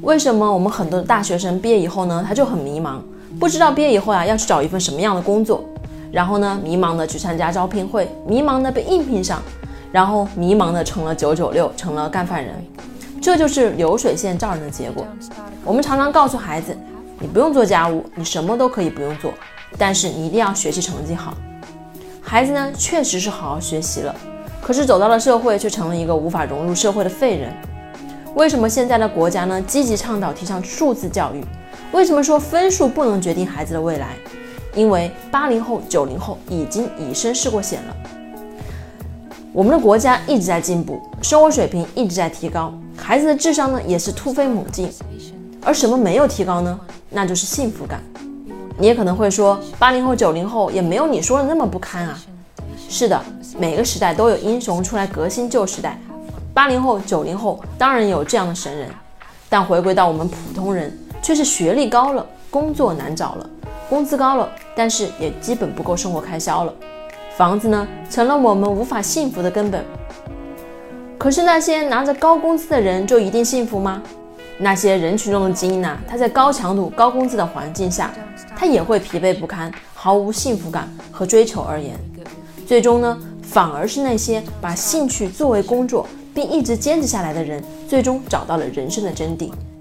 为什么我们很多的大学生毕业以后呢，他就很迷茫，不知道毕业以后要去找一份什么样的工作，然后呢，迷茫的去参加招聘会，迷茫的被应聘上，然后迷茫的成了996，成了干饭人。这就是流水线造成的结果。我们常常告诉孩子，你不用做家务，你什么都可以不用做，但是你一定要学习成绩好。孩子呢，确实是好好学习了，可是走到了社会，却成了一个无法融入社会的废人。为什么现在的国家呢，积极倡导提倡数字教育？为什么说分数不能决定孩子的未来？因为80后、90后已经以身试过险了。我们的国家一直在进步，生活水平一直在提高，孩子的智商呢也是突飞猛进。而什么没有提高呢？那就是幸福感。你也可能会说，80后、90后也没有你说的那么不堪啊。是的，每个时代都有英雄出来革新旧时代。80后、90后当然有这样的神人，但回归到我们普通人，却是学历高了，工作难找了，工资高了，但是也基本不够生活开销了。房子呢，成了我们无法幸福的根本。可是那些拿着高工资的人就一定幸福吗？那些人群中的精英呢，他在高强度、高工资的环境下，他也会疲惫不堪，毫无幸福感和追求而言。最终呢，反而是那些把兴趣作为工作并一直坚持下来的人，最终找到了人生的真谛。